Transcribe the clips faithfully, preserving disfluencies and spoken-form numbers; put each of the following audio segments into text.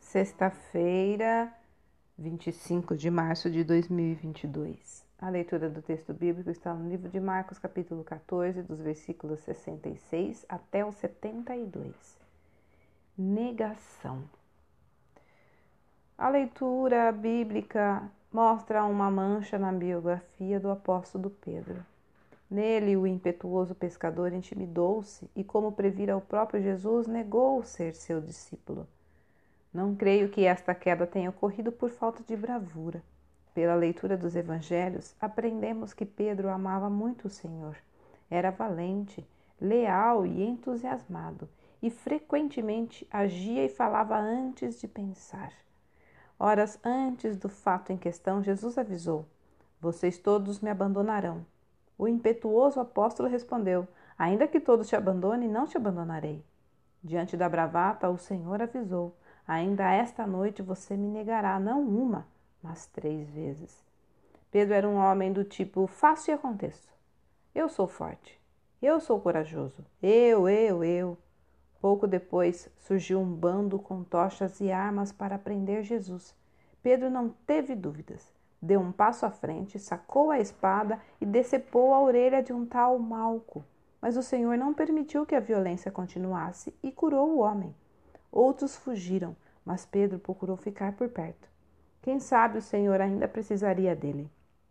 Sexta-feira, vinte e cinco de março de dois mil e vinte e dois. A leitura do texto bíblico está no livro de Marcos, capítulo quatorze, dos versículos sessenta e seis até o setenta e dois. Negação. A leitura bíblica mostra uma mancha na biografia do apóstolo Pedro. Nele, o impetuoso pescador intimidou-se e, como previra o próprio Jesus, negou ser seu discípulo. Não creio que esta queda tenha ocorrido por falta de bravura. Pela leitura dos evangelhos, aprendemos que Pedro amava muito o Senhor. Era valente, leal e entusiasmado, e frequentemente agia e falava antes de pensar. Horas antes do fato em questão, Jesus avisou: "Vocês todos me abandonarão." O impetuoso apóstolo respondeu: "Ainda que todos te abandonem, não te abandonarei." Diante da bravata, o Senhor avisou: "Ainda esta noite você me negará, não uma, mas três vezes." Pedro era um homem do tipo: faço e aconteço. Eu sou forte. Eu sou corajoso. Eu, eu, eu. Pouco depois, surgiu um bando com tochas e armas para prender Jesus. Pedro não teve dúvidas. Deu um passo à frente, sacou a espada e decepou a orelha de um tal Malco. Mas o Senhor não permitiu que a violência continuasse e curou o homem. Outros fugiram, mas Pedro procurou ficar por perto. Quem sabe o Senhor ainda precisaria dele.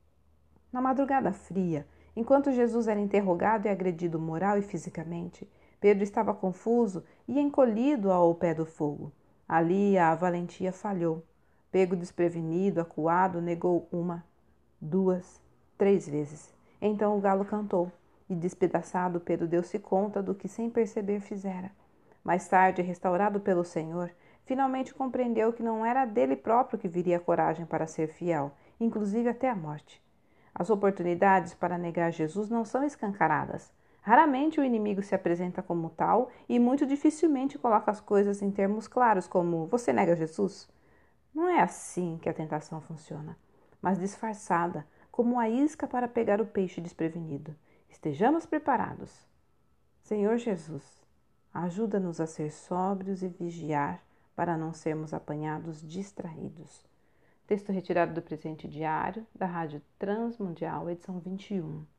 Na madrugada fria, enquanto Jesus era interrogado e agredido moral e fisicamente, Pedro estava confuso e encolhido ao pé do fogo. Ali a valentia falhou. Pego desprevenido, acuado, negou uma, duas, três vezes. Então o galo cantou, e despedaçado Pedro deu-se conta do que sem perceber fizera. Mais tarde, restaurado pelo Senhor, finalmente compreendeu que não era dele próprio que viria a coragem para ser fiel, inclusive até a morte. As oportunidades para negar Jesus não são escancaradas. Raramente o inimigo se apresenta como tal e muito dificilmente coloca as coisas em termos claros, como "você nega Jesus?" Não é assim que a tentação funciona, mas disfarçada, como a isca para pegar o peixe desprevenido. Estejamos preparados. Senhor Jesus, ajuda-nos a ser sóbrios e vigiar para não sermos apanhados distraídos. Texto retirado do Presente Diário, da Rádio Transmundial, edição vinte e um.